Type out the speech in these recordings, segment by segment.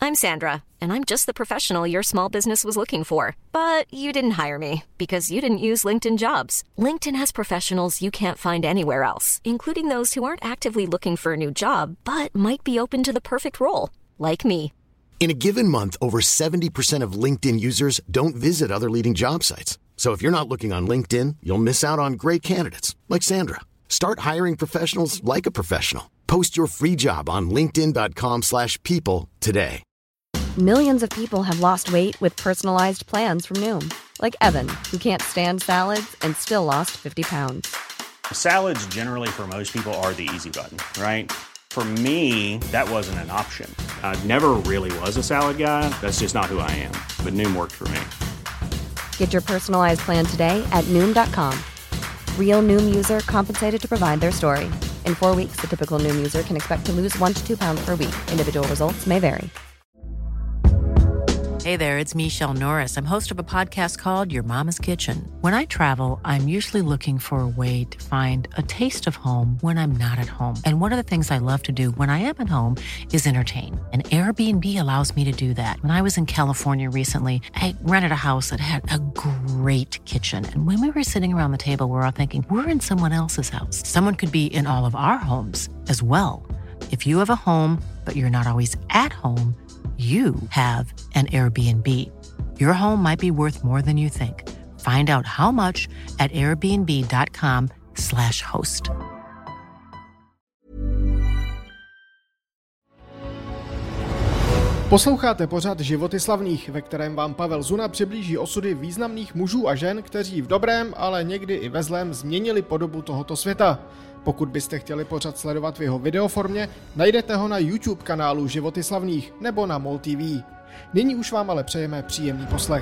I'm Sandra, and I'm just the professional your small business was looking for. But you didn't hire me because you didn't use LinkedIn Jobs. LinkedIn has professionals you can't find anywhere else, including those who aren't actively looking for a new job, but might be open to the perfect role, like me. In a given month, over 70% of LinkedIn users don't visit other leading job sites. So if you're not looking on LinkedIn, you'll miss out on great candidates like Sandra. Start hiring professionals like a professional. Post your free job on linkedin.com/people today. Millions of people have lost weight with personalized plans from Noom. Like Evan, who can't stand salads and still lost 50 pounds. Salads generally for most people are the easy button, right? For me, that wasn't an option. I never really was a salad guy. That's just not who I am. But Noom worked for me. Get your personalized plan today at Noom.com. Real Noom user compensated to provide their story. In 4 weeks, the typical Noom user can expect to lose 1 to 2 pounds per week. Individual results may vary. Hey there, it's Michelle Norris. I'm host of a podcast called Your Mama's Kitchen. When I travel, I'm usually looking for a way to find a taste of home when I'm not at home. And one of the things I love to do when I am at home is entertain. And Airbnb allows me to do that. When I was in California recently, I rented a house that had a great kitchen. And when we were sitting around the table, we're all thinking, we're in someone else's house. Someone could be in all of our homes as well. If you have a home, but you're not always at home, you have an Airbnb. Your home might be worth more than you think. Find out how much at airbnb.com/host. Posloucháte pořad Životy slavných, ve kterém vám Pavel Zuna přiblíží osudy významných mužů a žen, kteří v dobrém, ale někdy i ve zlém změnili podobu tohoto světa. Pokud byste chtěli pořad sledovat v jeho videoformě, najdete ho na YouTube kanálu Životy slavných nebo na MOL TV. Nyní už vám ale přejeme příjemný poslech.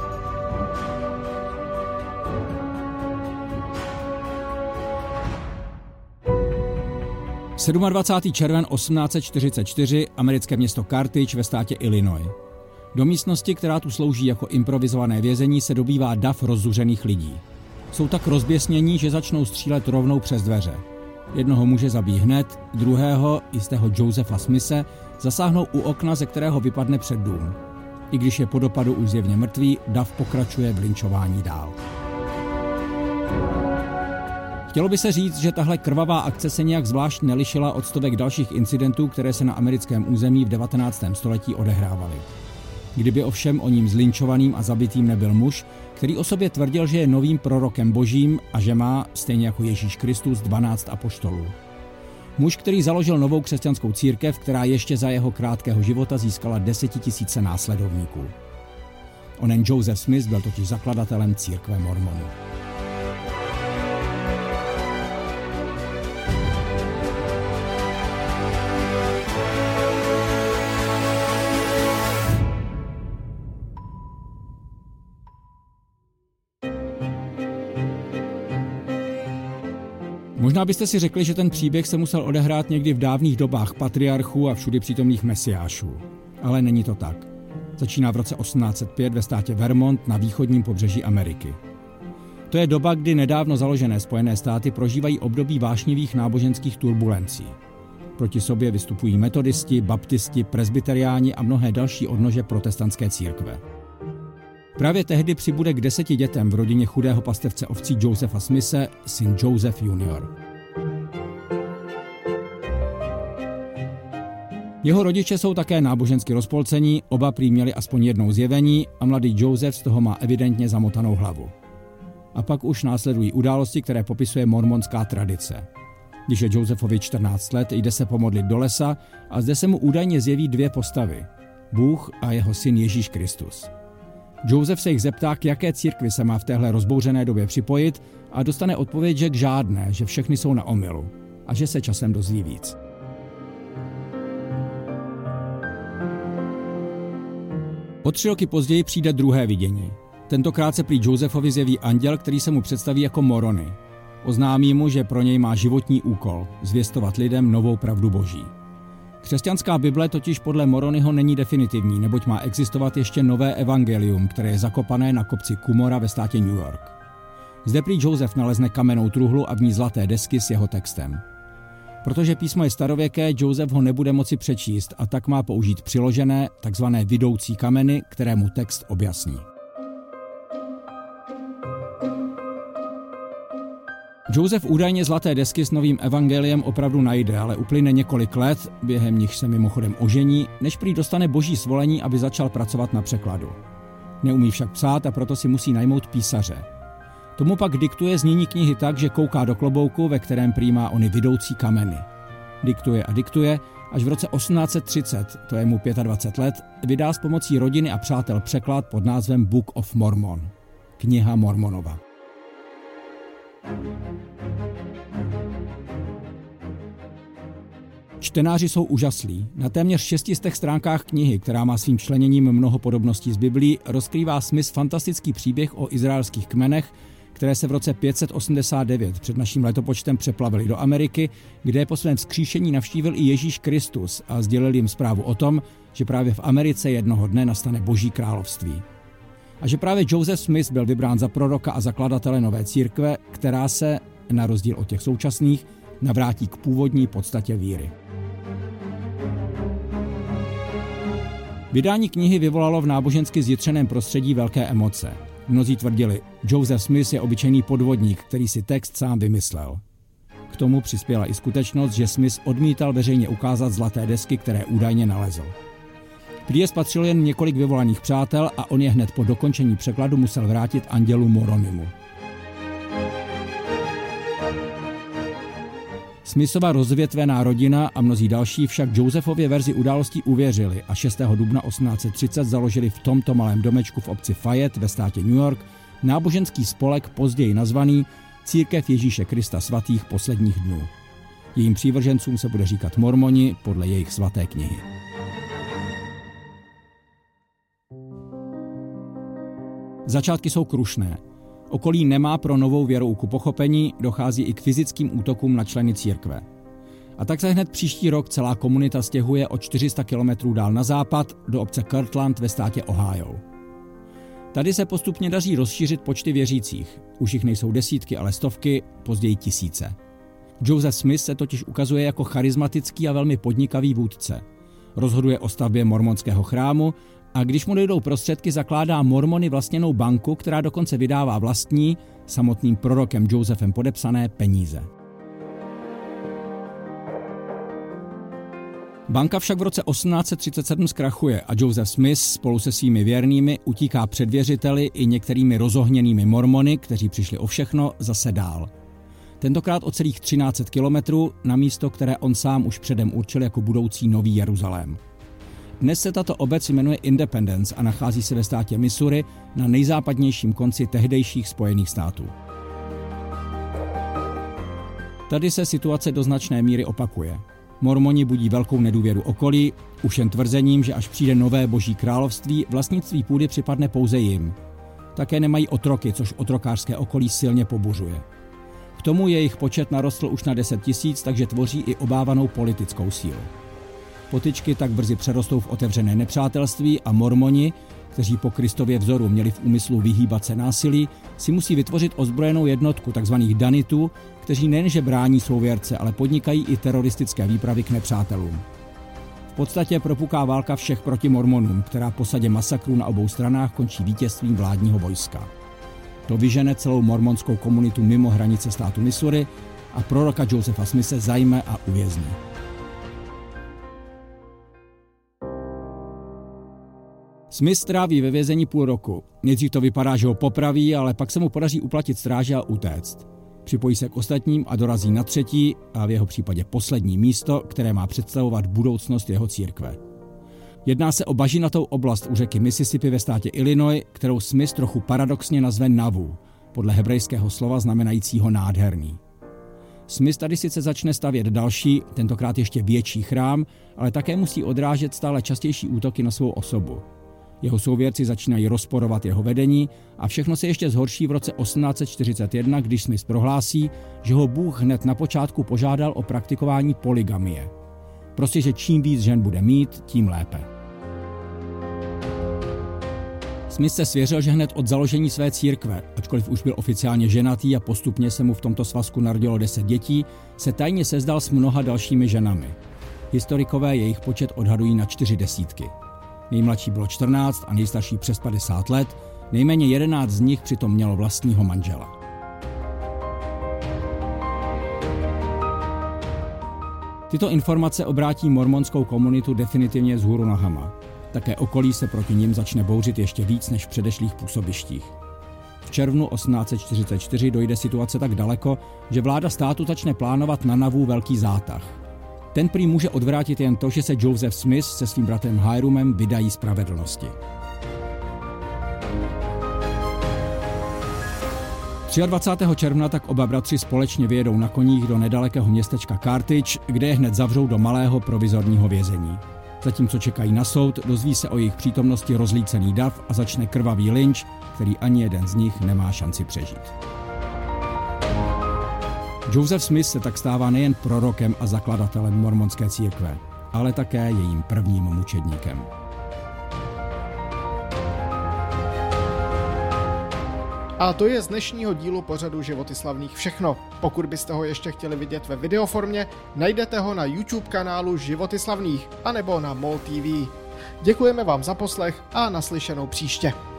– 27. červen 1844, americké město Carthage ve státě Illinois. Do místnosti, která tu slouží jako improvizované vězení, se dobývá dav rozzuřených lidí. Jsou tak rozběsnění, že začnou střílet rovnou přes dveře. Jednoho muže zabíjí hned, druhého, jistého Josepha Smithe, zasáhnou u okna, ze kterého vypadne před dům. I když je po dopadu už zjevně mrtvý, dav pokračuje v lynčování dál. Chtělo by se říct, že tahle krvavá akce se nějak zvlášť nelišila od stovek dalších incidentů, které se na americkém území v 19. století odehrávaly. Kdyby ovšem o ním zlynčovaným a zabitým nebyl muž, který o sobě tvrdil, že je novým prorokem božím a že má, stejně jako Ježíš Kristus, 12 apoštolů. Muž, který založil novou křesťanskou církev, která ještě za jeho krátkého života získala 10 000 následovníků. Onen Joseph Smith byl totiž zakladatelem církve mormonů. Možná byste si řekli, že ten příběh se musel odehrát někdy v dávných dobách patriarchů a všudy přítomných mesiášů. Ale není to tak. Začíná v roce 1805 ve státě Vermont na východním pobřeží Ameriky. To je doba, kdy nedávno založené Spojené státy prožívají období vášnivých náboženských turbulencí. Proti sobě vystupují metodisti, baptisti, presbyteriáni a mnohé další odnože protestantské církve. Právě tehdy přibude k 10 dětem v rodině chudého pastevce ovcí Josepha Smithe syn Joseph Junior. Jeho rodiče jsou také nábožensky rozpolcení, oba prý měli aspoň jednou zjevení a mladý Joseph z toho má evidentně zamotanou hlavu. A pak už následují události, které popisuje mormonská tradice. Když je Josephovi 14 let, jde se pomodlit do lesa a zde se mu údajně zjeví dvě postavy. Bůh a jeho syn Ježíš Kristus. Joseph se jich zeptá, k jaké církvi se má v téhle rozbouřené době připojit a dostane odpověď, že k žádné, že všechny jsou na omylu a že se časem dozví víc. O 3 roky později přijde druhé vidění. Tentokrát se prý Josephovi zjeví anděl, který se mu představí jako Morony. Oznámí mu, že pro něj má životní úkol – zvěstovat lidem novou pravdu boží. Křesťanská Bible totiž podle Moronyho není definitivní, neboť má existovat ještě nové evangelium, které je zakopané na kopci Cumorah ve státě New York. Zde prý Joseph nalezne kamennou truhlu a v ní zlaté desky s jeho textem. Protože písmo je starověké, Joseph ho nebude moci přečíst a tak má použít přiložené, takzvané vidoucí kameny, které mu text objasní. Joseph údajně zlaté desky s novým evangeliem opravdu najde, ale uplyne několik let, během nich se mimochodem ožení, než prý dostane boží svolení, aby začal pracovat na překladu. Neumí však psát a proto si musí najmout písaře. Tomu pak diktuje znění knihy tak, že kouká do klobouku, ve kterém prý má ony vidoucí kameny. Diktuje a diktuje, až v roce 1830, to je mu 25 let, vydá s pomocí rodiny a přátel překlad pod názvem Book of Mormon, kniha Mormonova. Čtenáři jsou úžaslí. Na téměř 600 stránkách knihy, která má svým členěním mnoho podobností s Biblií, rozkrývá Smith fantastický příběh o izraelských kmenech, které se v roce 589 před naším letopočtem přeplavili do Ameriky, kde po svém vzkříšení navštívil i Ježíš Kristus a sdělil jim zprávu o tom, že právě v Americe jednoho dne nastane Boží království. A že právě Joseph Smith byl vybrán za proroka a zakladatele nové církve, která se, na rozdíl od těch současných, navrátí k původní podstatě víry. Vydání knihy vyvolalo v nábožensky zjitřeném prostředí velké emoce. Mnozí tvrdili, Joseph Smith je obyčejný podvodník, který si text sám vymyslel. K tomu přispěla i skutečnost, že Smith odmítal veřejně ukázat zlaté desky, které údajně nalezl. Prý je spatřil jen několik vyvolaných přátel a on je hned po dokončení překladu musel vrátit andělu Moronimu. Smithova rozvětvená rodina a mnozí další však Josephově verzi událostí uvěřili a 6. dubna 1830 založili v tomto malém domečku v obci Fayette ve státě New York náboženský spolek později nazvaný Církev Ježíše Krista svatých posledních dnů. Jejím přívržencům se bude říkat Mormoni podle jejich svaté knihy. Začátky jsou krušné. Okolí nemá pro novou věrouku pochopení, dochází i k fyzickým útokům na členy církve. A tak se hned příští rok celá komunita stěhuje o 400 kilometrů dál na západ do obce Kirtland ve státě Ohio. Tady se postupně daří rozšířit počty věřících. Už jich nejsou desítky, ale stovky, později tisíce. Joseph Smith se totiž ukazuje jako charismatický a velmi podnikavý vůdce. Rozhoduje o stavbě mormonského chrámu a když mu dojdou prostředky, zakládá Mormony vlastněnou banku, která dokonce vydává vlastní, samotným prorokem Josephem podepsané peníze. Banka však v roce 1837 zkrachuje a Joseph Smith spolu se svými věrnými utíká před věřiteli i některými rozohněnými Mormony, kteří přišli o všechno, zase dál. Tentokrát o celých 1300 kilometrů na místo, které on sám už předem určil jako budoucí Nový Jeruzalém. Dnes se tato obec jmenuje Independence a nachází se ve státě Missouri na nejzápadnějším konci tehdejších Spojených států. Tady se situace do značné míry opakuje. Mormoni budí velkou nedůvěru okolí, už jen tvrzením, že až přijde nové boží království, vlastnictví půdy připadne pouze jim. Také nemají otroky, což otrokářské okolí silně pobuřuje. K tomu jejich počet narostl už na 10 000, takže tvoří i obávanou politickou sílu. Potyčky tak brzy přerostou v otevřené nepřátelství a Mormoni, kteří po Kristově vzoru měli v úmyslu vyhýbat se násilí, si musí vytvořit ozbrojenou jednotku tzv. Danitů, kteří nejenže brání svou věrce, ale podnikají i teroristické výpravy k nepřátelům. V podstatě propuká válka všech proti Mormonům, která po sadě masakrů na obou stranách končí vítězstvím vládního vojska. To vyžene celou mormonskou komunitu mimo hranice státu Missouri a proroka Josepha Smithe zajme a uvězní. Smith stráví ve vězení půl roku. Nejdřív to vypadá, že ho popraví, ale pak se mu podaří uplatit stráže a utéct. Připojí se k ostatním a dorazí na třetí a v jeho případě poslední místo, které má představovat budoucnost jeho církve. Jedná se o bažinatou oblast u řeky Mississippi ve státě Illinois, kterou Smith trochu paradoxně nazve Nauvoo, podle hebrejského slova znamenajícího nádherný. Smith tady sice začne stavět další, tentokrát ještě větší chrám, ale také musí odrážet stále častější útoky na svou osobu. Jeho souvěrci začínají rozporovat jeho vedení a všechno se ještě zhorší v roce 1841, když Smith prohlásí, že ho Bůh hned na počátku požádal o praktikování polygamie. Prostě, že čím víc žen bude mít, tím lépe. Smith se svěřil, že hned od založení své církve, ačkoliv už byl oficiálně ženatý a postupně se mu v tomto svazku narodilo 10 dětí, se tajně sezdal s mnoha dalšími ženami. Historikové jejich počet odhadují na 40. Nejmladší bylo 14 a nejstarší přes 50 let, nejméně 11 z nich přitom mělo vlastního manžela. Tyto informace obrátí mormonskou komunitu definitivně vzhůru nohama. Také okolí se proti nim začne bouřit ještě víc než v předešlých působištích. V červnu 1844 dojde situace tak daleko, že vláda státu začne plánovat na Nauvoo velký zátah. Ten prý může odvrátit jen to, že se Joseph Smith se svým bratrem Hyrumem vydají spravedlnosti. 23. června tak oba bratři společně vyjedou na koních do nedalekého městečka Carthage, kde je hned zavřou do malého provizorního vězení. Zatímco čekají na soud, dozví se o jejich přítomnosti rozlícený dav a začne krvavý lynč, který ani jeden z nich nemá šanci přežít. Joseph Smith se tak stává nejen prorokem a zakladatelem mormonské církve, ale také jejím prvním mučedníkem. A to je z dnešního dílu pořadu Životy slavných všechno. Pokud byste ho ještě chtěli vidět ve videoformě, najdete ho na YouTube kanálu Životy slavných anebo na MOL TV. Děkujeme vám za poslech a naslyšenou příště.